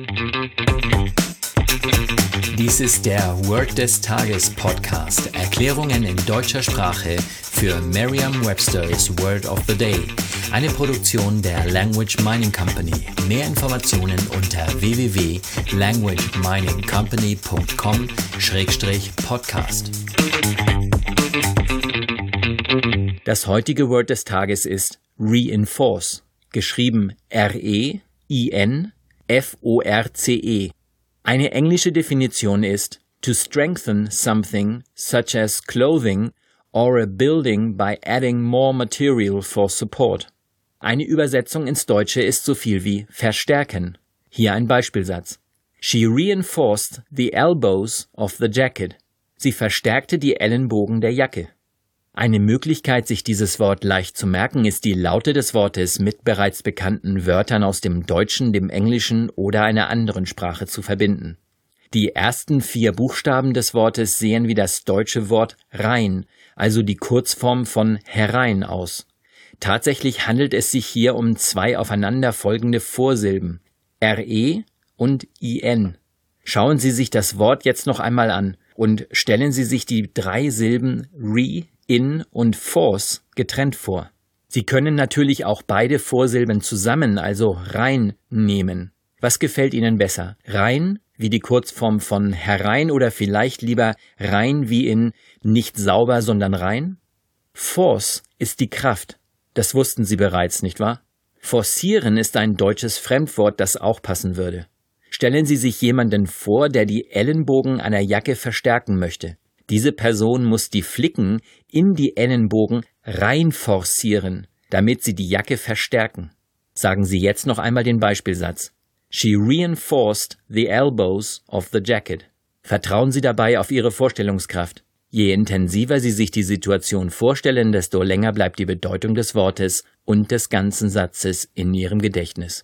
Dies ist der Word des Tages Podcast. Erklärungen in deutscher Sprache für Merriam-Webster's Word of the Day. Eine Produktion der Language Mining Company. Mehr Informationen unter www.languageminingcompany.com/podcast. Das heutige Word des Tages ist reinforce, geschrieben R-E-I-N-F-O-R-C-E. Eine englische Definition ist to strengthen something such as clothing or a building by adding more material for support. Eine Übersetzung ins Deutsche ist so viel wie verstärken. Hier ein Beispielsatz. She reinforced the elbows of the jacket. Sie verstärkte die Ellenbogen der Jacke. Eine Möglichkeit, sich dieses Wort leicht zu merken, ist die Laute des Wortes mit bereits bekannten Wörtern aus dem Deutschen, dem Englischen oder einer anderen Sprache zu verbinden. Die ersten 4 Buchstaben des Wortes sehen wie das deutsche Wort rein, also die Kurzform von herein aus. Tatsächlich handelt es sich hier um 2 aufeinanderfolgende Vorsilben, RE und IN. Schauen Sie sich das Wort jetzt noch einmal an und stellen Sie sich die 3 Silben re, in und force getrennt vor. Sie können natürlich auch beide Vorsilben zusammen, also rein, nehmen. Was gefällt Ihnen besser? Rein wie die Kurzform von herein oder vielleicht lieber rein wie in nicht sauber, sondern rein? Force ist die Kraft. Das wussten Sie bereits, nicht wahr? Forcieren ist ein deutsches Fremdwort, das auch passen würde. Stellen Sie sich jemanden vor, der die Ellenbogen einer Jacke verstärken möchte. Diese Person muss die Flicken in die Ellenbogen rein forcieren, damit sie die Jacke verstärken. Sagen Sie jetzt noch einmal den Beispielsatz. She reinforced the elbows of the jacket. Vertrauen Sie dabei auf Ihre Vorstellungskraft. Je intensiver Sie sich die Situation vorstellen, desto länger bleibt die Bedeutung des Wortes und des ganzen Satzes in Ihrem Gedächtnis.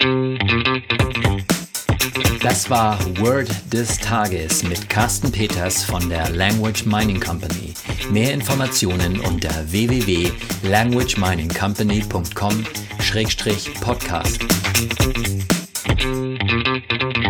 Das war Word des Tages mit Carsten Peters von der Language Mining Company. Mehr Informationen unter www.languageminingcompany.com/podcast.